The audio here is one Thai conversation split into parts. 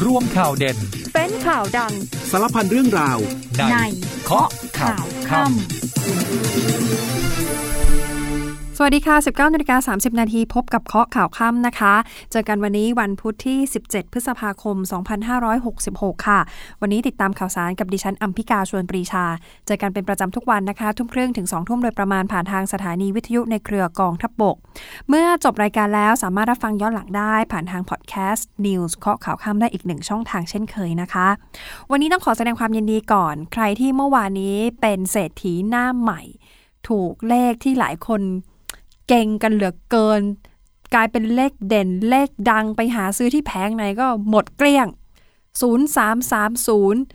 รวมข่าวเด่นเป็นข่าวดังสารพันเรื่องราวในเคาะข่าวค่ำสวัสดีค่ะ 19:30 น.พบกับเคาะข่าวค่ำนะคะเจอกันวันนี้วันพุธที่17พฤษภาคม2566ค่ะวันนี้ติดตามข่าวสารกับดิฉันอัมพิกาชวนปรีชาเจอกันเป็นประจำทุกวันนะคะทุ่มครึ่งถึง 20:00 น.โดยประมาณผ่านทางสถานีวิทยุในเครือกองทัพบกเมื่อจบรายการแล้วสามารถรับฟังย้อนหลังได้ผ่านทางพอดแคสต์ News เคาะข่าวค่ำได้อีก1ช่องทางเช่นเคยนะคะวันนี้ต้องขอแสดงความยินดีก่อนใครที่เมื่อวานนี้เป็นเศรษฐีหน้าใหม่ถูกเลขที่หลายคนเก่งกันเหลือเกินกลายเป็นเลขเด่นเลขดังไปหาซื้อที่แผงไหนก็หมดเกลี้ยง0330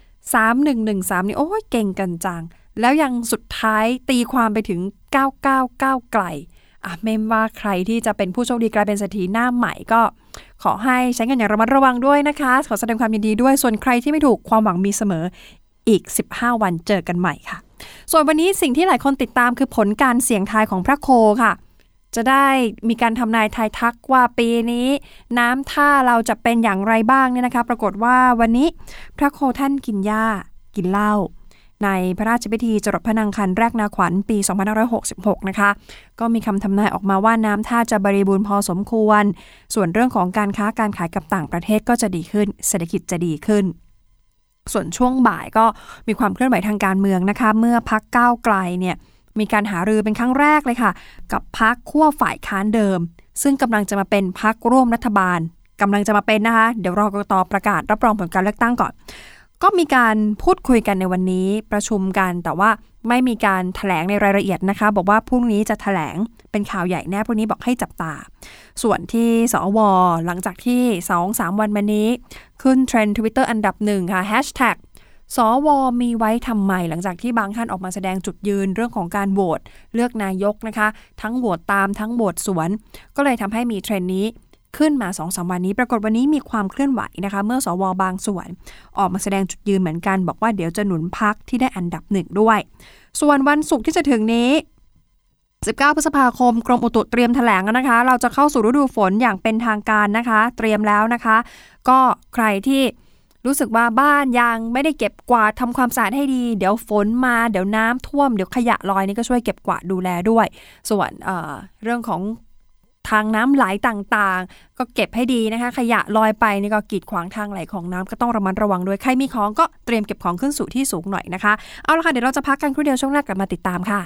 3113นี่โอ้ยเก่งกันจังแล้วยังสุดท้ายตีความไปถึง999ไกลไม่ว่าใครที่จะเป็นผู้โชคดีกลายเป็นเศรษฐีหน้าใหม่ก็ขอให้ใช้เงินอย่างระมัดระวังด้วยนะคะขอแสดงความยินดีด้วยส่วนใครที่ไม่ถูกความหวังมีเสมออีก15วันเจอกันใหม่ค่ะส่วนวันนี้สิ่งที่หลายคนติดตามคือผลการเสี่ยงทายของพระโคค่ะจะได้มีการทำนายทายทักว่าปีนี้น้ำท่าเราจะเป็นอย่างไรบ้างเนี่ยนะคะปรากฏว่าวันนี้พระโคท่านกินหญ้ากินเหล้าในพระราชพิธีจรดพระนางคันแรกนาขวัญปี2566นะคะก็มีคำทำนายออกมาว่าน้ำท่าจะบริบูรณ์พอสมควรส่วนเรื่องของการค้าการขายกับต่างประเทศก็จะดีขึ้นเศรษฐกิจจะดีขึ้นส่วนช่วงบ่ายก็มีความเคลื่อนไหวทางการเมืองนะคะเมื่อพรรคก้าวไกลเนี่ยมีการหารือเป็นครั้งแรกเลยค่ะกับพรรคขั้วฝ่ายค้านเดิมซึ่งกำลังจะมาเป็นพรรคร่วมรัฐบาลกำลังจะมาเป็นนะคะเดี๋ยวรกต.ประกาศรับรองผลการเลือกตั้งก่อนก็มีการพูดคุยกันในวันนี้ประชุมกันแต่ว่าไม่มีการแถลงในรายละเอียดนะคะบอกว่าพรุ่งนี้จะแถลงเป็นข่าวใหญ่แน่พรุ่งนี้บอกให้จับตาส่วนที่สว.หลังจากที่ 2-3 วันมานี้ขึ้นเทรนด์ Twitter อันดับ1ค่ะแฮชแท็กสว.มีไว้ทำไมหลังจากที่บางท่านออกมาแสดงจุดยืนเรื่องของการโหวตเลือกนายกนะคะทั้งโหวตตามทั้งโหวตสวนก็เลยทำให้มีเทรนด์นี้ขึ้นมา 2-3 วันนี้ปรากฏวันนี้มีความเคลื่อนไหวนะคะเมื่อสว.บางส่วนออกมาแสดงจุดยืนเหมือนกันบอกว่าเดี๋ยวจะหนุนพรรคที่ได้อันดับ1ด้วยส่วนวันศุกร์ที่จะถึงนี้19พฤษภาคมกรมอุตุเตรียมแถลงนะคะเราจะเข้าสู่ฤดูฝนอย่างเป็นทางการนะคะเตรียมแล้วนะคะก็ใครที่รู้สึกว่าบ้านยังไม่ได้เก็บกวาดทำความสะอาดให้ดีเดี๋ยวฝนมาเดี๋ยวน้ำท่วมเดี๋ยวขยะลอยนี่ก็ช่วยเก็บกวาดดูแลด้วยส่วนเรื่องของทางน้ำไหลต่างๆก็เก็บให้ดีนะคะขยะลอยไปนี่ก็กีดขวางทางไหลของน้ำก็ต้องระมัดระวังด้วยใครมีของก็เตรียมเก็บของขึ้นสู่ที่สูงหน่อยนะคะเอาละค่ะเดี๋ยวเราจะพักกันครู่เดียวช่วงหน้ากลับมาติดตามค่ะ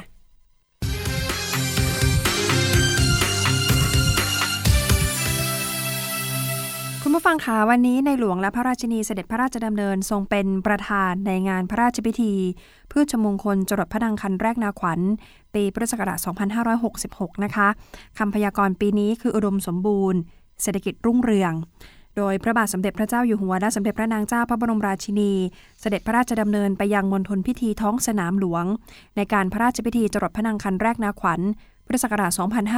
คุณผู้ฟังคะวันนี้ในหลวงและพระราชินีเสด็จพระราชดำเนินทรงเป็นประธานในงานพระราชพิธีพืชมงคลจรดพระนางคันแรกนาขวัญปีพุทธศักราช2566นะคะคำพยากรณ์ปีนี้คืออุดมสมบูรณ์เศรษฐกิจรุ่งเรืองโดยพระบาทสมเด็จพระเจ้าอยู่หัวและสมเด็จพระนางเจ้าพระบรมราชินีเสด็จพระราชดำเนินไปยังมณฑลพิธีท้องสนามหลวงในการพระราชพิธีจรดพระนางคันแรกนาขวัญพุทธศักราช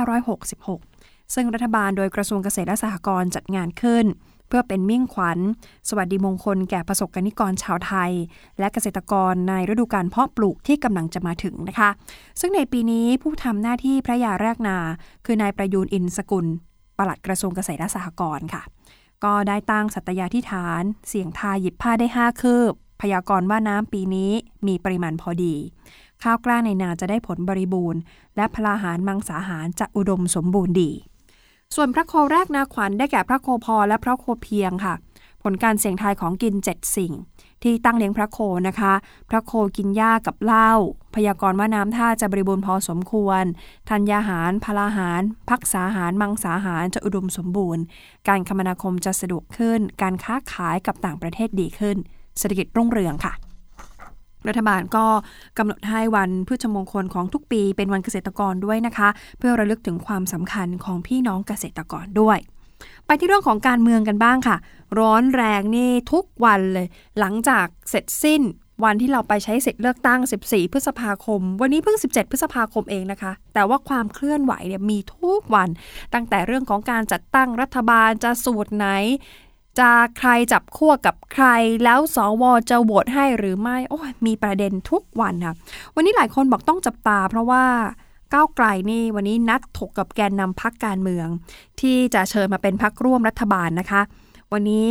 2566ซึ่งรัฐบาลโดยกระทรวงเกษตรและสหกรณ์จัดงานขึ้นเพื่อเป็นมิ่งขวัญสวัสดีมงคลแก่ประสบกนิกรชาวไทยและเกษตรกรในฤดูกาลเพาะปลูกที่กำลังจะมาถึงนะคะซึ่งในปีนี้ผู้ทำหน้าที่พระยาแรกนาคือนายประยูรอินทร์สกุลปลัดกระทรวงเกษตรและสหกรณ์ค่ะก็ได้ตั้งสัตยาธิษฐานเสี่ยงทายหยิบผ้าได้5คืบพยากรณ์ว่าน้ำปีนี้มีปริมาณพอดีข้าวกล้าในนาจะได้ผลบริบูรณ์และพลาหารมังสาหารจะอุดมสมบูรณ์ดีส่วนพระโคแรกนาขวัญได้แก่พระโคพอและพระโคเพียงค่ะผลการเสี่ยงทายของกิน7สิ่งที่ตั้งเลี้ยงพระโคนะคะพระโคกินหญ้ากับเหล้าพยากรณ์ว่าน้ำท่าจะบริบูรณ์พอสมควรธัญญาหารพลาหารภักษาหารมังสาหารจะอุดมสมบูรณ์การคมนาคมจะสะดวกขึ้นการค้าขายกับต่างประเทศดีขึ้นเศรษฐกิจรุ่งเรืองค่ะรัฐบาลก็กำหนดให้วันพฤชมงคลของทุกปีเป็นวันเกษตรกรด้วยนะคะเพื่อระลึกถึงความสำคัญของพี่น้องเกษตรกรด้วยไปที่เรื่องของการเมืองกันบ้างค่ะร้อนแรงนี่ทุกวันเลยหลังจากเสร็จสิ้นวันที่เราไปใช้สิทธิ์เลือกตั้ง14พฤษภาคมวันนี้เพิ่ง17พฤษภาคมเองนะคะแต่ว่าความเคลื่อนไหวเนี่ยมีทุกวันตั้งแต่เรื่องของการจัดตั้งรัฐบาลจะสูตรไหนจะใครจับขั้วกับใครแล้วสว.จะโหวตให้หรือไม่โอ้ยมีประเด็นทุกวันค่ะวันนี้หลายคนบอกต้องจับตาเพราะว่าก้าวไกลนี่วันนี้นัดถกกับแกนนำพรรคการเมืองที่จะเชิญมาเป็นพรรคร่วมรัฐบาลนะคะวันนี้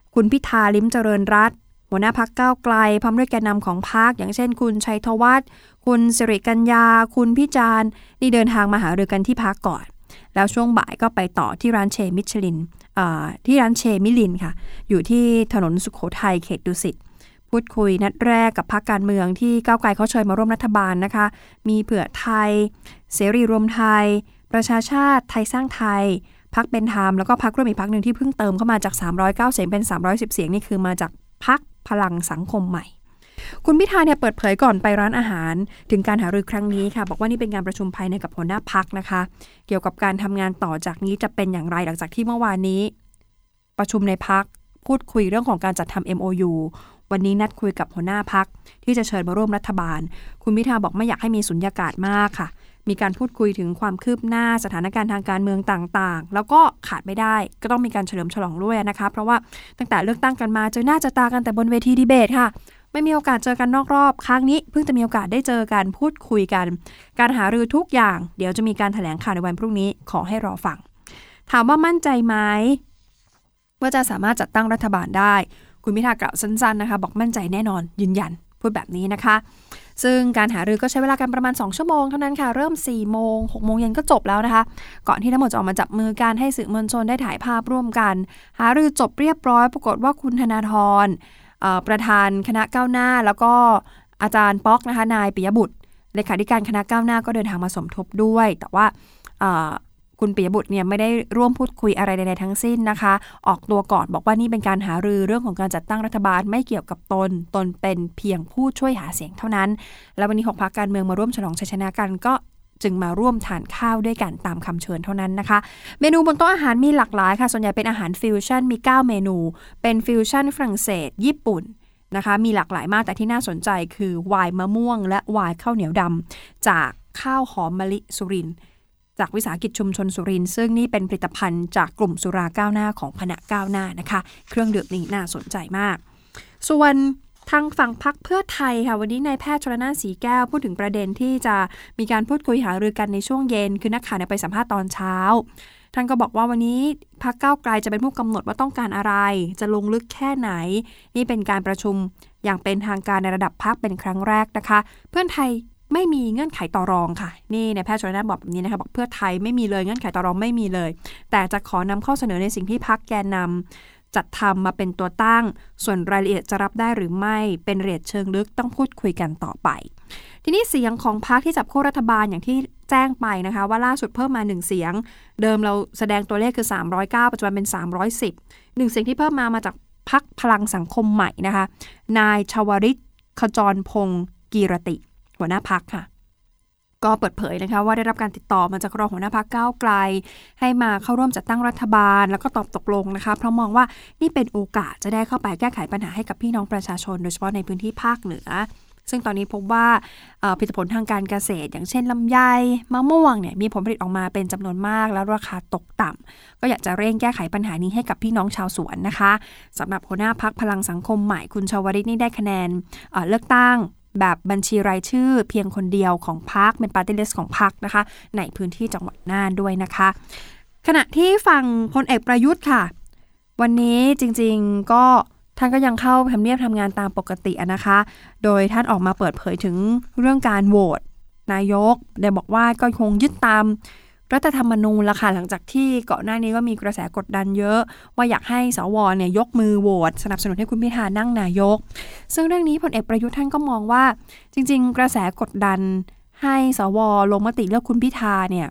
คุณพิธาลิ้มเจริญรัตน์หัวหน้าพรรคก้าวไกลพร้อมด้วยแกนนำของพรรคอย่างเช่นคุณชัยธวัฒน์คุณสิริกัญญาคุณพิจารณ์นี่เดินทางมาหารือกันที่พรรคก่อนแล้วช่วงบ่ายก็ไปต่อที่ร้านเชมิชลินที่ร้านเชมิลินค่ะอยู่ที่ถนนสุโขทัยเขตดุสิตพูดคุยนัดแรกกับพรรคการเมืองที่ก้าวไกลเขาเชิญมาร่วมรัฐบาลนะคะมีเผื่อไทยเสรีรวมไทยประชาชาติไทยสร้างไทยพรรคเป็นธรรมแล้วก็พรรคร่วมอีกพรรคหนึ่งที่เพิ่งเติมเข้ามาจาก309เสียงเป็น310เสียงนี่คือมาจากพรรคพลังสังคมใหม่คุณพิธาเนี่ยเปิดเผยก่อนไปร้านอาหารถึงการหารือครั้งนี้ค่ะบอกว่านี่เป็นการประชุมภายในกับหัวหน้าพรรคนะคะเกี่ยวกับการทำงานต่อจากนี้จะเป็นอย่างไรหลังจากที่เมื่อวานนี้ประชุมในพรรคพูดคุยเรื่องของการจัดทำ MOU วันนี้นัดคุยกับหัวหน้าพรรคที่จะเชิญมาร่วมรัฐบาลคุณพิธาบอกไม่อยากให้มีสุญญากาศมากค่ะมีการพูดคุยถึงความคืบหน้าสถานการณ์ทางการเมืองต่างๆแล้วก็ขาดไม่ได้ก็ต้องมีการเฉลิมฉลองด้วยนะคะเพราะว่าตั้งแต่เลือกตั้งกันมาเจอหน้าเจอตากันแต่บนเวทีดีเบตค่ะไม่มีโอกาสเจอกันนอกรอบครั้งนี้เพิ่งจะมีโอกาสได้เจอกันพูดคุยกันการหารือทุกอย่างเดี๋ยวจะมีการแถลงข่าวในวันพรุ่งนี้ขอให้รอฟังถามว่ามั่นใจไหมว่าจะสามารถจัดตั้งรัฐบาลได้คุณพิธากล่าวสั้นๆนะคะบอกมั่นใจแน่นอนยืนยันพูดแบบนี้นะคะซึ่งการหารือก็ใช้เวลากันประมาณ2ชั่วโมงเท่านั้นค่ะเริ่ม 4 โมง 6 โมงเย็นก็จบแล้วนะคะก่อนที่ทั้งหมดจะออกมาจับมือกันให้สื่อมวลชนได้ถ่ายภาพร่วมกันหารือจบเรียบร้อยปรากฏว่าคุณธนาธรประธานคณะก้าวหน้าแล้วก็อาจารย์ป๊อกนะคะนายปิยบุตรเลขาธิการคณะก้าวหน้าก็เดินทางมาสมทบด้วยแต่ว่าคุณปิยบุตรเนี่ยไม่ได้ร่วมพูดคุยอะไรใดๆทั้งสิ้นนะคะออกตัวก่อนบอกว่านี่เป็นการหารือเรื่องของการจัดตั้งรัฐบาลไม่เกี่ยวกับตนเป็นเพียงผู้ช่วยหาเสียงเท่านั้นแล้ววันนี้6พรรคการเมืองมาร่วมฉลองชัยชนะกันก็จึงมาร่วมทานข้าวด้วยกันตามคำเชิญเท่านั้นนะคะเมนูบนโต๊ะอาหารมีหลากหลายค่ะส่วนใหญ่เป็นอาหารฟิวชั่นมี9เมนูเป็นฟิวชั่นฝรั่งเศสญี่ปุ่นนะคะมีหลากหลายมากแต่ที่น่าสนใจคือไวน์มะม่วงและไวน์ข้าวเหนียวดำจากข้าวหอมมะลิสุรินทร์จากวิสาหกิจชุมชนสุรินทร์ซึ่งนี่เป็นผลิตภัณฑ์จากกลุ่มสุราก้าวหน้าของคณะก้าวหน้านะคะเครื่องดื่มนี้น่าสนใจมากส่วนทางฝั่งพรรคเพื่อไทยค่ะวันนี้นายแพทย์ชลน่านสีแก้วพูดถึงประเด็นที่จะมีการพูดคุยหารือกันในช่วงเย็นคือนักข่าวไปสัมภาษณ์ตอนเช้าท่านก็บอกว่าวันนี้พรรคก้าวไกลจะเป็นผู้กำหนดว่าต้องการอะไรจะลงลึกแค่ไหนนี่เป็นการประชุมอย่างเป็นทางการในระดับพรรคเป็นครั้งแรกนะคะเพื่อไทยไม่มีเงื่อนไขต่อรองค่ะนี่นายแพทย์ชลน่านบอกแบบนี้นะคะบอกเพื่อไทยไม่มีเลยเงื่อนไขต่อรองไม่มีเลยแต่จะขอนำข้อเสนอในสิ่งที่พรรคแกนนำจัดทำมาเป็นตัวตั้งส่วนรายละเอียดจะรับได้หรือไม่เป็นรายละเอียดเชิงลึกต้องพูดคุยกันต่อไปทีนี้เสียงของพรรคที่จับคู่รัฐบาลอย่างที่แจ้งไปนะคะว่าล่าสุดเพิ่มมา1เสียงเดิมเราแสดงตัวเลขคือ309ปัจจุบันเป็น310 1เสียงที่เพิ่มมาจากพรรคพลังสังคมใหม่นะคะนายชวริตขจรพงศ์กีรติหัวหน้าพรรคค่ะก็เปิดเผยนะคะว่าได้รับการติดต่อมาจากรองหัวหน้าพรรคก้าวไกลให้มาเข้าร่วมจัดตั้งรัฐบาลแล้วก็ตอบตกลงนะคะเพราะมองว่านี่เป็นโอกาสจะได้เข้าไปแก้ไขปัญหาให้กับพี่น้องประชาชนโดยเฉพาะในพื้นที่ภาคเหนือซึ่งตอนนี้พบว่าผลิตผลทางการเกษตรอย่างเช่นลำไยมะม่วงเนี่ยมีผลผลิตออกมาเป็นจำนวนมากแล้วราคาตกต่ำก็อยากจะเร่งแก้ไขปัญหานี้ให้กับพี่น้องชาวสวนนะคะสำหรับหัวหน้าพรรคพลังสังคมใหม่คุณชวริตนี่ได้คะแนนเลือกตั้งแบบบัญชีรายชื่อเพียงคนเดียวของพรรคเป็นปาร์ตี้ลิสต์ของพรรคนะคะในพื้นที่จังหวัดน่านด้วยนะคะขณะที่ฝั่งพลเอกประยุทธ์ค่ะวันนี้จริงๆก็ท่านก็ยังเข้าทำเนียบทำงานตามปกตินะคะโดยท่านออกมาเปิดเผยถึงเรื่องการโหวตนายกได้บอกว่าก็คงยึดตามรัฐธรรมนูญละค่ะหลังจากที่ก่อนหน้านี้ก็มีกระแสกดดันเยอะว่าอยากให้สวเนี่ยยกมือโหวตสนับสนุนให้คุณพิธานั่งนายกซึ่งเรื่องนี้พลเอกประยุทธ์ท่านก็มองว่าจริงๆกระแสกดดันให้สวลงมติเลือกคุณพิธาเนี่ย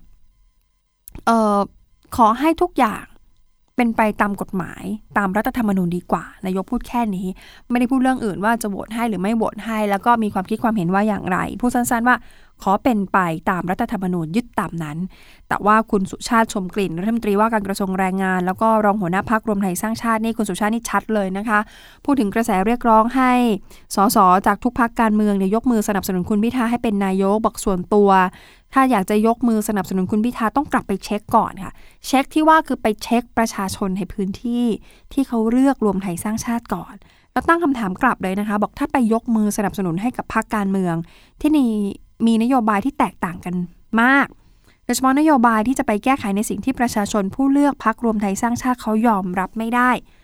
ขอให้ทุกอย่างเป็นไปตามกฎหมายตามรัฐธรรมนูญดีกว่านายกพูดแค่นี้ไม่ได้พูดเรื่องอื่นว่าจะโหวตให้หรือไม่โหวตให้แล้วก็มีความคิดความเห็นว่าอย่างไรพูดสั้นๆว่าขอเป็นไปตามรัฐธรรมนูญยึดตามนั้นแต่ว่าคุณสุชาติชมกลิ่นรัฐมนตรีว่าการกระทรวงแรงงานแล้วก็รองหัวหน้าพรรครวมไทยสร้างชาตินี่คุณสุชาตินี่ชัดเลยนะคะพูดถึงกระแสเรียกร้องให้สสจากทุกพรรคการเมืองเนี่ยยกมือสนับสนุนคุณพิธาให้เป็นนายกบอกส่วนตัวถ้าอยากจะยกมือสนับสนุนคุณพิธาต้องกลับไปเช็คก่อนค่ะเช็คที่ว่าคือไปเช็คประชาชนในพื้นที่ที่เขาเลือกรวมไทยสร้างชาติก่อนแล้วตั้งคำถามกลับเลยนะคะบอกถ้าไปยกมือสนับสนุนให้กับพรรคการเมืองที่มีนโยบายที่แตกต่างกันมากโดยเฉพาะนโยบายที่จะไปแก้ไขในสิ่งที่ประชาชนผู้เลือกพรรครวมไทยสร้างชาติเขายอมรับไม่ได้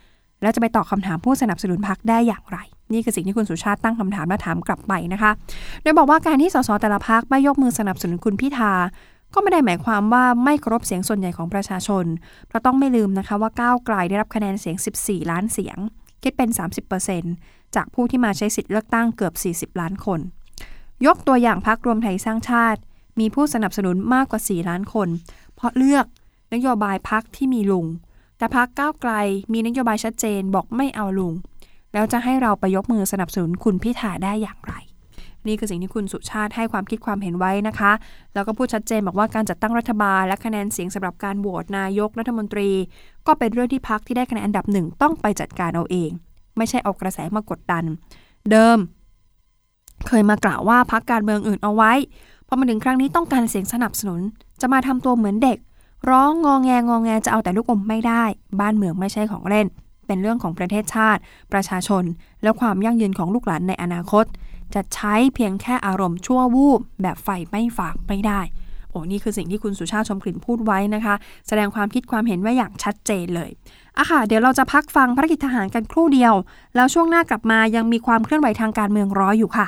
แล้วจะไปตอบคำถามผู้สนับสนุนพรรคได้อย่างไรนี่คือสิ่งที่คุณสุชาติตั้งคำถามและถามกลับไปนะคะโดยบอกว่าการที่สสแต่ละพรรคไม่ยกมือสนับสนุนคุณพิธาก็ไม่ได้หมายความว่าไม่เคารพเสียงส่วนใหญ่ของประชาชนเพราะต้องไม่ลืมนะคะว่าก้าวไกลได้รับคะแนนเสียง14ล้านเสียงคิดเป็น 30% จากผู้ที่มาใช้สิทธิ์เลือกตั้งเกือบ40ล้านคนยกตัวอย่างพรรครวมไทยสร้างชาติมีผู้สนับสนุนมากกว่า4ล้านคนเพราะเลือกนโยบายพรรคที่มีลุงแต่พรรคก้าวไกลมีนโยบายชัดเจนบอกไม่เอาลุงแล้วจะให้เราไปยกมือสนับสนุนคุณพิธาได้อย่างไรนี่คือสิ่งที่คุณสุชาติให้ความคิดความเห็นไว้นะคะแล้วก็พูดชัดเจนบอกว่าการจัดตั้งรัฐบาลและคะแนนเสียงสำหรับการโหวตนายกรัฐมนตรีก็เป็นเรื่องที่พรรคที่ได้คะแนนอันดับหนึ่งต้องไปจัดการเอาเองไม่ใช่เอากระแสมากดดันเดิมเคยมากล่าวว่าพรรคการเมืองอื่นเอาไว้พอมาถึงครั้งนี้ต้องการเสียงสนับสนุนจะมาทำตัวเหมือนเด็กร้องงอแงจะเอาแต่ลูกอมไม่ได้บ้านเมืองไม่ใช่ของเล่นเป็นเรื่องของประเทศชาติประชาชนและความยั่งยืนของลูกหลานในอนาคตจะใช้เพียงแค่อารมณ์ชั่ววูบแบบไฟไม่ฝากไม่ได้โอ้นี่คือสิ่งที่คุณสุชาติชมกลิ่นพูดไว้นะคะแสดงความคิดความเห็นไว้อย่างชัดเจนเลยค่ะเดี๋ยวเราจะพักฟังภารกิจทหารกันครู่เดียวแล้วช่วงหน้ากลับมายังมีความเคลื่อนไหวทางการเมืองรออยู่ค่ะ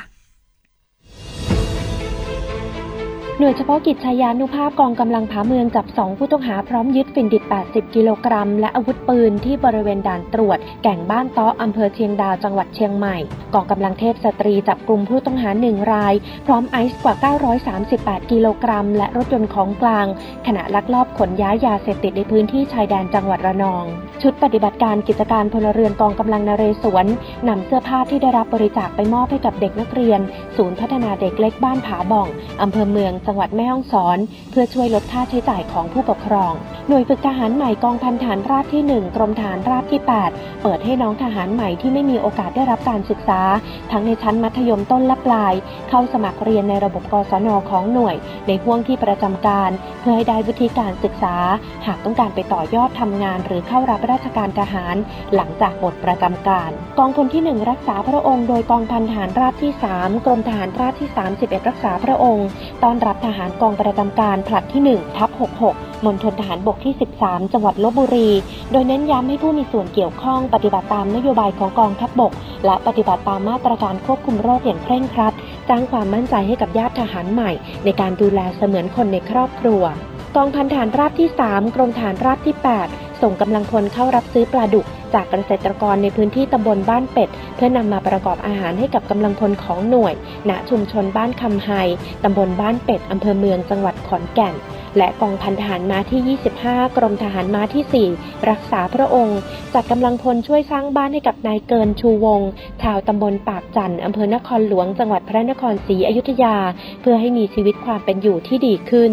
หน่วยเฉพาะกิจชายานุภาพกองกำลังผาเมืองจับ2ผู้ต้องหาพร้อมยึดฝิ่นดิบ80กิโลกรัมและอาวุธปืนที่บริเวณด่านตรวจแก่งบ้านเตาะอำเภอเชียงดาวจังหวัดเชียงใหม่กองกำลังเทพสตรีจับกลุ่มผู้ต้องหา1รายพร้อมไอซ์กว่า938กิโลกรัมและรถยนต์ของกลางขณะลักลอบขนย้ายยาเสพติดในพื้นที่ชายแดนจังหวัดระนองชุดปฏิบัติการกิจการพลเรือนกองกำลังนเรศวรนำเสื้อผ้าที่ได้รับบริจาคไปมอบให้กับเด็กนักเรียนศูนย์พัฒนาเด็กเล็กบ้านผาบ่องอำเภอเมืองจังหวัดแม่ฮ่องสอนเพื่อช่วยลดค่าใช้จ่ายของผู้ปกครองหน่วยฝึกทหารใหม่กองพันฐานราบที่1กรมทหารราบที่8เปิดให้น้องทหารใหม่ที่ไม่มีโอกาสได้รับการศึกษาทั้งในชั้นมัธยมต้นและปลายเข้าสมัครเรียนในระบบกศน.ของหน่วยในห่วงที่ประจำการเพื่อให้ได้วุฒิการศึกษาหากต้องการไปต่อยอดทำงานหรือเข้ารับราชการทหารหลังจากหมดประจำการกองพลที่1รักษาพระองค์โดยกองพันทหารราบที่3กรมทหารราบที่31รักษาพระองค์ต้อนรับทหารกองประจำการผลัดที่1/66มณฑลทหารบกที่13จังหวัดลพบุรีโดยเน้นย้ำให้ผู้มีส่วนเกี่ยวข้องปฏิบัติตามนโยบายของกองทัพบกและปฏิบัติตามมาตรการควบคุมโรคอย่างเคร่งครัดสร้างความมั่นใจให้กับญาติทหารใหม่ในการดูแลเสมือนคนในครอบครัวกองพันทหารราบที่3กรมทหารราบที่8ส่งกำลังพลเข้ารับซื้อปลาดุกจากเกษตรกรในพื้นที่ตำบลบ้านเป็ดเพื่อนำมาประกอบอาหารให้กับกำลังพลของหน่วยณชุมชนบ้านคำไฮตำบลบ้านเป็ดอำเภอเมืองจังหวัดขอนแก่นและกองพันทหารม้าที่25กรมทหารม้าที่4รักษาพระองค์จัดกำลังพลช่วยสร้างบ้านให้กับนายเกินชูวงศ์ชาวตำบลปากจันทร์อำเภอนครหลวงจังหวัดพระนครศรีอยุธยาเพื่อให้มีชีวิตความเป็นอยู่ที่ดีขึ้น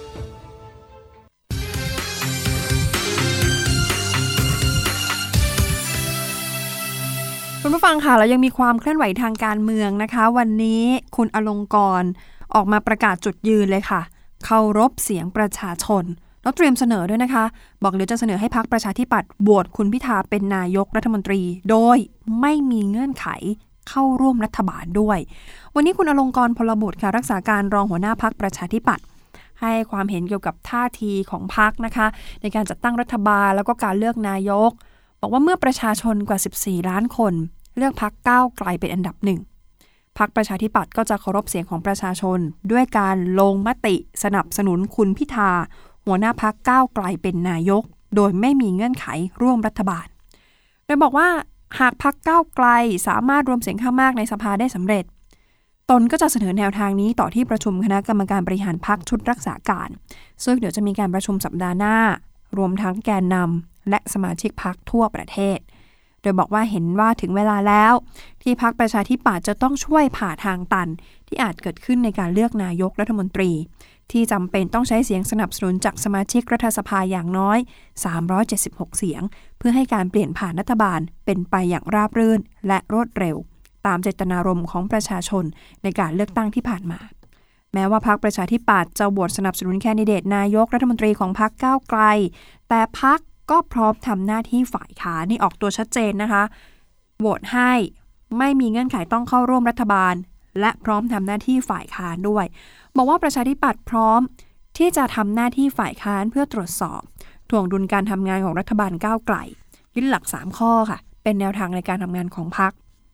คุณผู้ฟังค่ะแล้วยังมีความเคลื่อนไหวทางการเมืองนะคะวันนี้คุณอลงกรณ์ออกมาประกาศจุดยืนเลยค่ะเคารพเสียงประชาชนแล้วเตรียมเสนอด้วยนะคะบอกเดี๋ยวจะเสนอให้พรรคประชาธิปัตย์โหวตคุณพิธาเป็นนายกรัฐมนตรีโดยไม่มีเงื่อนไขเข้าร่วมรัฐบาลด้วยวันนี้คุณอลงกรณ์พลบุตรค่ะรักษาการรองหัวหน้าพรรคประชาธิปัตย์ให้ความเห็นเกี่ยวกับท่าทีของพรรคนะคะในการจัดตั้งรัฐบาลแล้วก็การเลือกนายกบอกว่าเมื่อประชาชนกว่า14ล้านคนเลือกพรรคก้าวไกลเป็นอันดับหนึ่งพรรคประชาธิปัตย์ก็จะเคารพเสียงของประชาชนด้วยการลงมติสนับสนุนคุณพิธาหัวหน้าพรรคก้าวไกลเป็นนายกโดยไม่มีเงื่อนไขร่วมรัฐบาลโดยบอกว่าหากพรรคก้าวไกลสามารถรวมเสียงข้างมากในสภาได้สำเร็จตนก็จะเสนอแนวทางนี้ต่อที่ประชุมคณะกรรมการบริหารพรรคชุดรักษาการซึ่งเดี๋ยวจะมีการประชุมสัปดาห์หน้ารวมทั้งแกนนำและสมาชิกพรรคทั่วประเทศโดยบอกว่าเห็นว่าถึงเวลาแล้วที่พรรคประชาธิปัตย์จะต้องช่วยผ่าทางตันที่อาจเกิดขึ้นในการเลือกนายกรัฐมนตรีที่จำเป็นต้องใช้เสียงสนับสนุนจากสมาชิกรัฐสภาอย่างน้อย376เสียงเพื่อให้การเปลี่ยนผ่านรัฐบาลเป็นไปอย่างราบรื่นและรวดเร็วตามเจตนารมณ์ของประชาชนในการเลือกตั้งที่ผ่านมาแม้ว่าพรรคประชาธิปัตย์จะโหวตสนับสนุนแคนดิเดตนายกรัฐมนตรีของพรรคก้าวไกลแต่พรรคก็พร้อมทำหน้าที่ฝ่ายค้านนี่ออกตัวชัดเจนนะคะโหวตให้ไม่มีเงื่อนไขต้องเข้าร่วมรัฐบาลและพร้อมทำหน้าที่ฝ่ายค้านด้วยบอกว่าประชาธิปัตย์พร้อมที่จะทำหน้าที่ฝ่ายค้านเพื่อตรวจสอบถ่วงดุลการทำงานของรัฐบาลก้าวไกลยึดหลัก3ข้อค่ะเป็นแนวทางในการทำงานของพรรค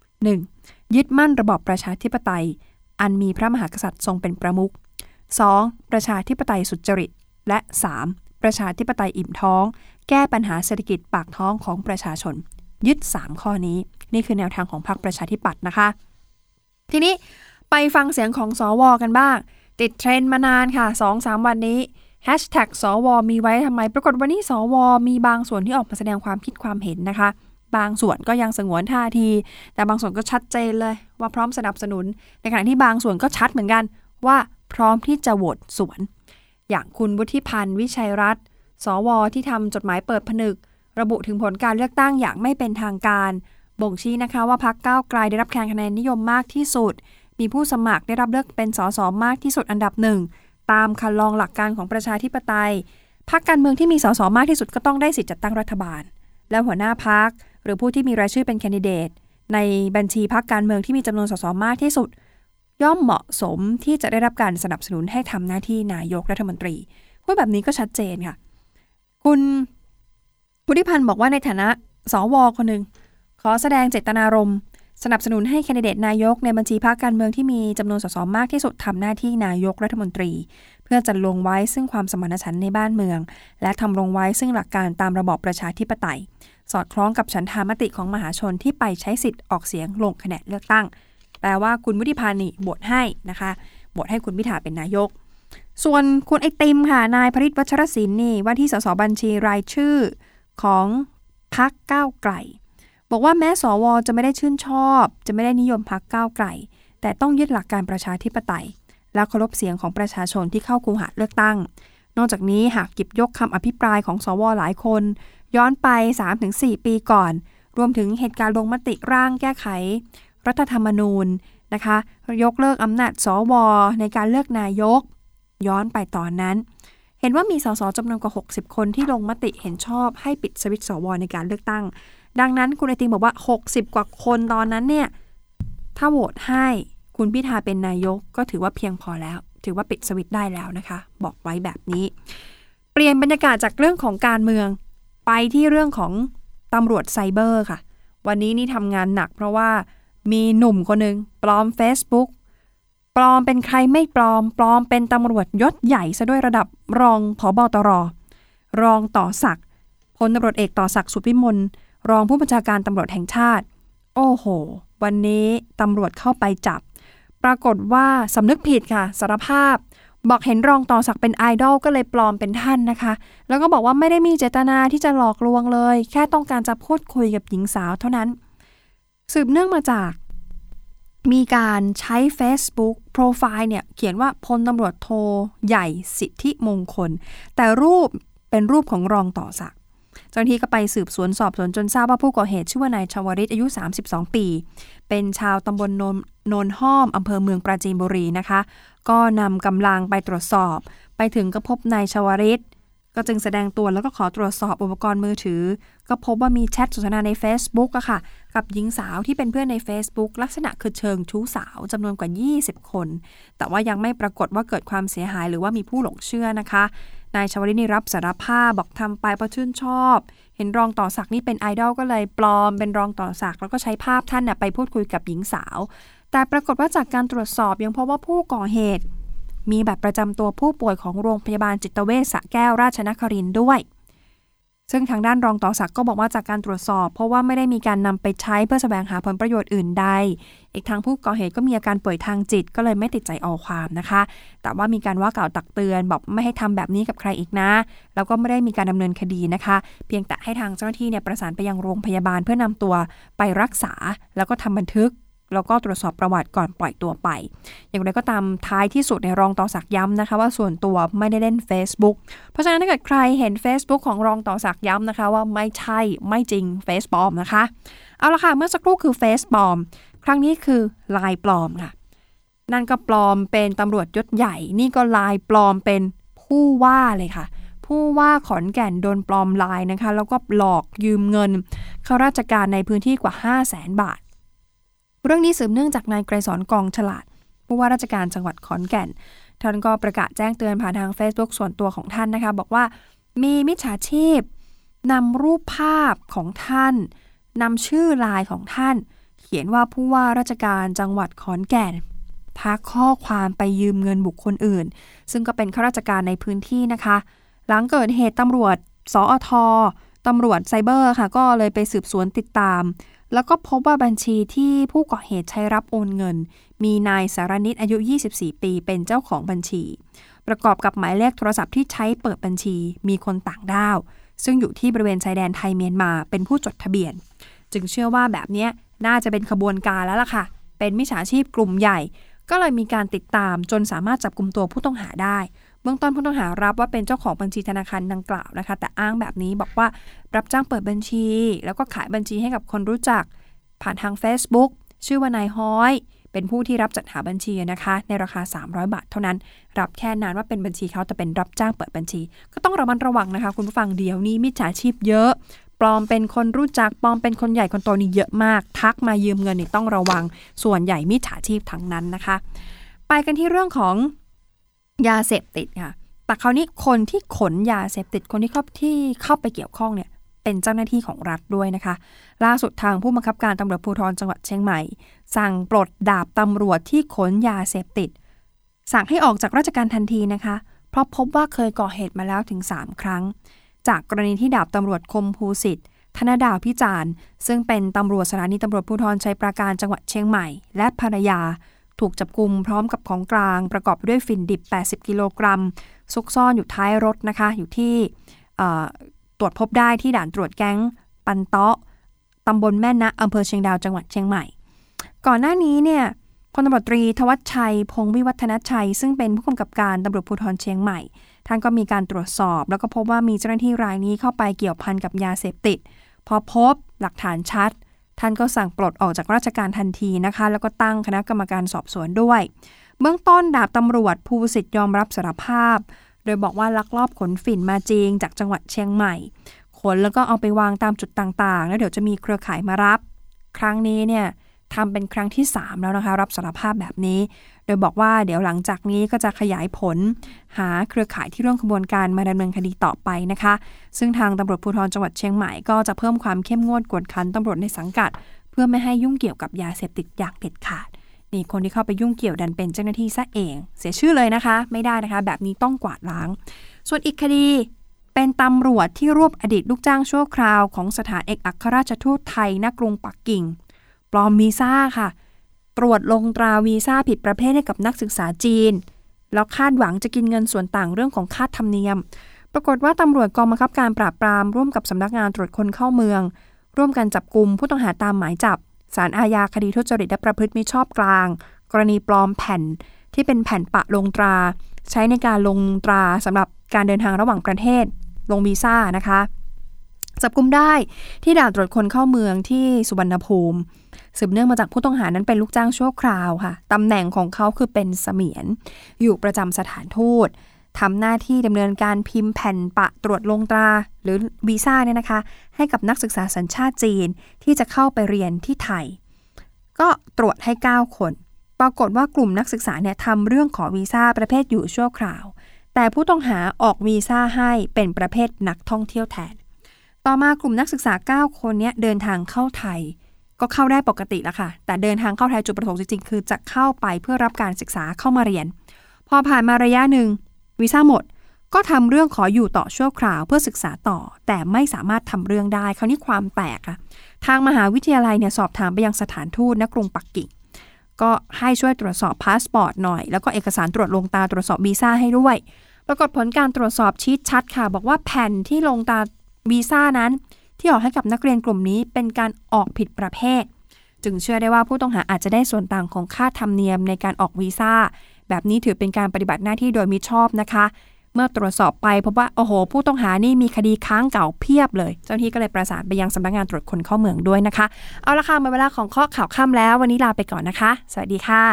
1. ยึดมั่นระบอบประชาธิปไตยอันมีพระมหากษัตริย์ทรงเป็นประมุข 2. ประชาธิปไตยสุจริตและ 3. ประชาธิปไตยอิ่มท้องแก้ปัญหาเศรษฐกิจปากท้องของประชาชนยึด3ข้อนี้นี่คือแนวทางของพรรคประชาธิปัตย์นะคะทีนี้ไปฟังเสียงของสวกันบ้างติดเทรนด์มานานค่ะ 2-3 วันนี้แฮชแท็กสวมีไว้ทำไมปรากฏวันนี้สวมีบางส่วนที่ออกมาแสดงความคิดความเห็นนะคะบางส่วนก็ยังสงวนท่าทีแต่บางส่วนก็ชัดเจนเลยว่าพร้อมสนับสนุนในขณะที่บางส่วนก็ชัดเหมือนกันว่าพร้อมที่จะโหวตสวนอย่างคุณวุฒิพันธ์วิชัยรัตน์สวที่ทำจดหมายเปิดผนึกระบุถึงผลการเลือกตั้งอย่างไม่เป็นทางการบ่งชี้นะคะว่าพรรคก้าวไกลได้รับคะแนนนิยมมากที่สุดมีผู้สมัครได้รับเลือกเป็นสสมากที่สุดอันดับหนึ่งตามคันลองหลักการของประชาธิปไตยพรรคการเมืองที่มีสสมากที่สุดก็ต้องได้สิทธิ์จัดตั้งรัฐบาลและหัวหน้าพรรคหรือผู้ที่มีรายชื่อเป็นแคนดิเดตในบัญชีพรรคการเมืองที่มีจำนวนสสมากที่สุดย่อมเหมาะสมที่จะได้รับการสนับสนุนให้ทำหน้าที่นายกรัฐมนตรีพูดแบบนี้ก็ชัดเจนค่ะคุณวุฒิพันธ์บอกว่าในฐานะสวคนหนึ่งขอแสดงเจตนารมณ์สนับสนุนให้แคนดิเดตนายกในบัญชีพรรคการเมืองที่มีจำนวนสสมากที่สุดทำหน้าที่นายกรัฐมนตรีเพื่อจัดลงไว้ซึ่งความสมานฉันท์ในบ้านเมืองและทำลงไว้ซึ่งหลักการตามระบอบประชาธิปไตยสอดคล้องกับฉันทามติของมหาชนที่ไปใช้สิทธิ์ออกเสียงลงคะแนนเลือกตั้งแปลว่าคุณวุฒิพันธ์นี่โหวตให้นะคะโหวตให้คุณพิธาเป็นนายกส่วนคุณไอติมค่ะนายพฤทธิ์วัชรศิลป์นี่ว่าที่สสบัญชีรายชื่อของพรรคก้าวไกลบอกว่าแม้สวจะไม่ได้ชื่นชอบจะไม่ได้นิยมพรรคก้าวไกลแต่ต้องยึดหลักการประชาธิปไตยและเคารพเสียงของประชาชนที่เข้าคูหาเลือกตั้งนอกจากนี้หากหยิบยกคำอภิปรายของสวหลายคนย้อนไป 3-4 ปีก่อนรวมถึงเหตุการณ์ลงมติร่างแก้ไขรัฐธรรมนูญนะคะยกเลิกอำนาจสวในการเลือกนายกย้อนไปตอนนั้นเห็นว่ามีสสจำนวนกว่า60คนที่ลงมติเห็นชอบให้ปิดสวิตช์สวในการเลือกตั้งดังนั้นคุณไอติมบอกว่า60กว่าคนตอนนั้นเนี่ยถ้าโหวตให้คุณพิธาเป็นนายกก็ถือว่าเพียงพอแล้วถือว่าปิดสวิตช์ได้แล้วนะคะบอกไว้แบบนี้เปลี่ยนบรรยากาศจากเรื่องของการเมืองไปที่เรื่องของตำรวจไซเบอร์ค่ะวันนี้นี่ทำงานหนักเพราะว่ามีหนุ่มคนนึงปลอม Facebook ปลอมเป็นใครไม่ปลอมเป็นตำรวจยศใหญ่ซะด้วยระดับรองผบตรรองต่อศักดิ์พลตำรวจเอกต่อศักดิ์สุขวิมลรองผู้บัญชาการตำรวจแห่งชาติโอ้โหวันนี้ตำรวจเข้าไปจับปรากฏว่าสำนึกผิดค่ะสารภาพบอกเห็นรองต่อศักดิ์เป็นไอดอลก็เลยปลอมเป็นท่านนะคะแล้วก็บอกว่าไม่ได้มีเจตนาที่จะหลอกลวงเลยแค่ต้องการจะพูดคุยกับหญิงสาวเท่านั้นสืบเนื่องมาจากมีการใช้ Facebook โปรไฟล์เนี่ยเขียนว่าพลตำรวจโทใหญ่สิทธิมงคลแต่รูปเป็นรูปของรองต่อศักดิ์เจ้าหน้าที่ก็ไปสืบสวนสอบสวนจนทราบว่าผู้ก่อเหตุชื่อว่านายชวริตอายุ32ปีเป็นชาวตำบลโนนห้อมอำเภอเมืองปราจีนบุรีนะคะก็นำกำลังไปตรวจสอบไปถึงก็พบนายชวริตก็จึงแสดงตัวแล้วก็ขอตรวจสอบอุปกรณ์มือถือก็พบว่ามีแชทสนทนาใน Facebook อะค่ะกับหญิงสาวที่เป็นเพื่อนใน Facebook ลักษณะคือเชิงชู้สาวจำนวนกว่า20คนแต่ว่ายังไม่ปรากฏว่าเกิดความเสียหายหรือว่ามีผู้หลงเชื่อนะคะนายชวริตนี่รับสารภาพบอกทำไปเพราะชื่นชอบเห็นรองต่อศักดิ์นี่เป็นไอดอลก็เลยปลอมเป็นรองต่อศักดิ์แล้วก็ใช้ภาพท่านไปพูดคุยกับหญิงสาวแต่ปรากฏว่าจากการตรวจสอบยังพบว่าผู้ก่อเหตุมีบัตรประจำตัวผู้ป่วยของโรงพยาบาลจิตเวชสระแก้วราชนครินทร์ด้วยซึ่งทางด้านรองต่อศักดิ์ก็บอกว่าจากการตรวจสอบเพราะว่าไม่ได้มีการนำไปใช้เพื่อแสวงหาผลประโยชน์อื่นใดอีกทางผู้ก่อเหตุก็มีอาการป่วยทางจิตก็เลยไม่ติดใจเอาความนะคะแต่ว่ามีการว่ากล่าวตักเตือนบอกไม่ให้ทำแบบนี้กับใครอีกนะแล้วก็ไม่ได้มีการดำเนินคดีนะคะเพียงแต่ให้ทางเจ้าหน้าที่เนี่ยประสานไปยังโรงพยาบาลเพื่อนำตัวไปรักษาแล้วก็ทำบันทึกแล้วก็ตรวจสอบประวัติก่อนปล่อยตัวไปอย่างไรก็ตามท้ายที่สุดในรองต่อศักดิ์ย้ำนะคะว่าส่วนตัวไม่ได้เล่น Facebook เพราะฉะนั้นถ้าเกิดใครเห็น Facebook ของรองต่อศักดิ์ย้ำนะคะว่าไม่ใช่ไม่จริง Face ปลอมนะคะเอาละค่ะเมื่อสักครู่คือ Face ปลอมครั้งนี้คือลายปลอมค่ะนั่นก็ปลอมเป็นตำรวจยศใหญ่นี่ก็ลายปลอมเป็นผู้ว่าเลยค่ะผู้ว่าขอนแก่นโดนปลอมลายนะคะแล้วก็หลอกยืมเงินข้าราชการในพื้นที่กว่า 500,000 บาทเรื่องนี้สืบเนื่องจากนายไกรสอนกองฉลาดผู้ว่าราชการจังหวัดขอนแก่นท่านก็ประกาศแจ้งเตือนผ่านทาง Facebook ส่วนตัวของท่านนะคะบอกว่ามีมิจฉาชีพนำรูปภาพของท่านนำชื่อไลน์ของท่านเขียนว่าผู้ว่าราชการจังหวัดขอนแก่นทักข้อความไปยืมเงินบุคคลอื่นซึ่งก็เป็นข้าราชการในพื้นที่นะคะหลังเกิดเหตุตำรวจสอท.ตำรวจไซเบอร์ค่ะก็เลยไปสืบสวนติดตามแล้วก็พบว่าบัญชีที่ผู้ก่อเหตุใช้รับโอนเงินมีนายสารนิตอายุ24ปีเป็นเจ้าของบัญชีประกอบกับหมายเลขโทรศัพท์ที่ใช้เปิดบัญชีมีคนต่างด้าวซึ่งอยู่ที่บริเวณชายแดนไทยเมียนมาเป็นผู้จดทะเบียนจึงเชื่อว่าแบบนี้น่าจะเป็นขบวนการแล้วล่ะค่ะเป็นมิจฉาชีพกลุ่มใหญ่ก็เลยมีการติดตามจนสามารถจับกุมตัวผู้ต้องหาได้เบื้องต้นผู้ต้องหารับว่าเป็นเจ้าของบัญชีธนาคารดังกล่าวนะคะแต่อ้างแบบนี้บอกว่ารับจ้างเปิดบัญชีแล้วก็ขายบัญชีให้กับคนรู้จักผ่านทาง Facebook ชื่อว่านายฮ้อยเป็นผู้ที่รับจัดหาบัญชีนะคะในราคา300บาทเท่านั้นรับแค่นั้นว่าเป็นบัญชีเขาแต่เป็นรับจ้างเปิดบัญชีก็ต้องระมัดระวังนะคะคุณผู้ฟังเดี๋ยวนี้มิจฉาชีพเยอะปลอมเป็นคนรู้จักปลอมเป็นคนใหญ่คนโตนี่เยอะมากทักมายืมเงินนี่ต้องระวังส่วนใหญ่มิจฉาชีพทั้งนั้นนะคะไปกันที่เรื่องของยาเสพติดค่ะแต่คราวนี้คนที่ขนยาเสพติดคนที่เข้าไปเกี่ยวข้องเนี่ยเป็นเจ้าหน้าที่ของรัฐด้วยนะคะล่าสุดทางผู้บังคับการตำรวจภูธรจังหวัดเชียงใหม่สั่งปลดดาบตำรวจที่ขนยาเสพติดสั่งให้ออกจากราชการทันทีนะคะเพราะพบว่าเคยก่อเหตุมาแล้วถึง3ครั้งจากกรณีที่ดาบตำรวจคมภูสิทธิ์ธนดาวพิจารณ์ซึ่งเป็นตำรวจสถานีตำรวจภูธรชัยปราการจังหวัดเชียงใหม่และภรรยาถูกจับกุมพร้อมกับของกลางประกอบด้วยฝิ่นดิบ80กิโลกรัมซุกซ่อนอยู่ท้ายรถนะคะอยู่ที่ตรวจพบได้ที่ด่านตรวจแก๊งปันเตาะตำบลแม่นะอำเภอเชียงดาวจังหวัดเชียงใหม่ก่อนหน้านี้เนี่ยพลตำรวจตรีทวัชชัยพงษ์วิวัฒนชัยซึ่งเป็นผู้กำกับการตำรวจภูธรเชียงใหม่ท่านก็มีการตรวจสอบแล้วก็พบว่ามีเจ้าหน้าที่รายนี้เข้าไปเกี่ยวพันกับยาเสพติดพอพบหลักฐานชัดท่านก็สั่งปลดออกจากราชการทันทีนะคะแล้วก็ตั้งคณะกรรมการสอบสวนด้วยเบื้องต้นดาบตำรวจภูสิทธิ์ยอมรับสารภาพโดยบอกว่าลักลอบขนฝิ่นมาจริงจากจังหวัดเชียงใหม่ขนแล้วก็เอาไปวางตามจุดต่างๆแล้วเดี๋ยวจะมีเครือข่ายมารับครั้งนี้เนี่ยทำเป็นครั้งที่3แล้วนะคะรับสารภาพแบบนี้โดยบอกว่าเดี๋ยวหลังจากนี้ก็จะขยายผลหาเครือข่ายที่ร่วมขบวนการมาดำเนินคดีต่อไปนะคะซึ่งทางตำรวจภูธรจังหวัดเชียงใหม่ก็จะเพิ่มความเข้มงวดกวดขันตำรวจในสังกัดเพื่อไม่ให้ยุ่งเกี่ยวกับยาเสพติดอย่างเด็ดขาดนี่คนที่เข้าไปยุ่งเกี่ยวดันเป็นเจ้าหน้าที่ซะเองเสียชื่อเลยนะคะไม่ได้นะคะแบบนี้ต้องกวาดล้างส่วนอีกคดีเป็นตำรวจที่รวบอดีตลูกจ้างชั่วคราวของสถานเอกอัครราชทูตไทยณกรุงปักกิ่งปลอมวีซ่าค่ะตรวจลงตราวีซ่าผิดประเภทให้กับนักศึกษาจีนแล้วคาดหวังจะกินเงินส่วนต่างเรื่องของค่าธรรมเนียมปรากฏว่าตำรวจกองบังคับการปราบปรามร่วมกับสำนักงานตรวจคนเข้าเมืองร่วมกันจับกุมผู้ต้องหาตามหมายจับศาลอาญาคดีทุจริตและประพฤติมิชอบกลางกรณีปลอมแผ่นที่เป็นแผ่นปะลงตราใช้ในการลงตราสำหรับการเดินทางระหว่างประเทศลงวีซ่านะคะจับกุมได้ที่ด่านตรวจคนเข้าเมืองที่สุวรรณภูมิสืบเนื่องมาจากผู้ต้องหานั้นเป็นลูกจ้างชั่วคราวค่ะตำแหน่งของเขาคือเป็นเสมียนอยู่ประจำสถานทูตทำหน้าที่ดำเนินการพิมพ์แผ่นปะตรวจลงตราหรือวีซ่าเนี่ยนะคะให้กับนักศึกษาสัญชาติจีนที่จะเข้าไปเรียนที่ไทยก็ตรวจให้9คนปรากฏว่ากลุ่มนักศึกษาเนี่ยทำเรื่องขอวีซ่าประเภทอยู่ชั่วคราวแต่ผู้ต้องหาออกวีซ่าให้เป็นประเภทนักท่องเที่ยวแทนต่อมากลุ่มนักศึกษา9คนนี้เดินทางเข้าไทยก็เข้าได้ปกติแล้วค่ะแต่เดินทางเข้าไทยจุดประสงค์จริงๆคือจะเข้าไปเพื่อรับการศึกษาเข้ามาเรียนพอผ่านมาระยะหนึ่งวีซ่าหมดก็ทำเรื่องขออยู่ต่อชั่วคราวเพื่อศึกษาต่อแต่ไม่สามารถทำเรื่องได้คราวนี้ความแตกค่ะทางมหาวิทยาลัยเนี่ยสอบถามไปยังสถานทูตณกรุงปักกิ่งก็ให้ช่วยตรวจสอบพาสปอร์ตหน่อยแล้วก็เอกสารตรวจลงตาตรวจสอบวีซ่าให้ด้วยปรากฏผลการตรวจสอบชี้ชัดค่ะบอกว่าแผ่นที่ลงตาวีซ่านั้นที่ออกให้กับนักเรียนกลุ่มนี้เป็นการออกผิดประเภทจึงเชื่อได้ว่าผู้ต้องหาอาจจะได้ส่วนต่างของค่าธรรมเนียมในการออกวีซ่าแบบนี้ถือเป็นการปฏิบัติหน้าที่โดยมิชอบนะคะเมื่อตรวจสอบไปพบว่าโอ้โหผู้ต้องหานี่มีคดีค้างเก่าเพียบเลยเจ้าหน้าที่ก็เลยประสานไปยังสำนักงานตรวจคนเข้าเมืองด้วยนะคะเอาละค่ะหมดเวลาของข้อข่าวค่ำแล้ววันนี้ลาไปก่อนนะคะสวัสดีค่ะ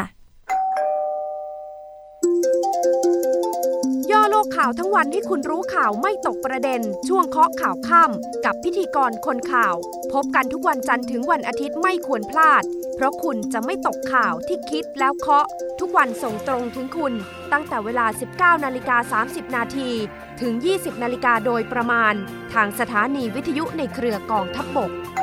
ย่อโลกข่าวทั้งวันให้คุณรู้ข่าวไม่ตกประเด็นช่วงเคาะข่าวค่ำกับพิธีกรคนข่าวพบกันทุกวันจันทร์ถึงวันอาทิตย์ไม่ควรพลาดเพราะคุณจะไม่ตกข่าวที่คิดแล้วเคาะทุกวันส่งตรงถึงคุณตั้งแต่เวลา 19:30 นาทีถึง 20:00 น.โดยประมาณทางสถานีวิทยุในเครือกองทัพบก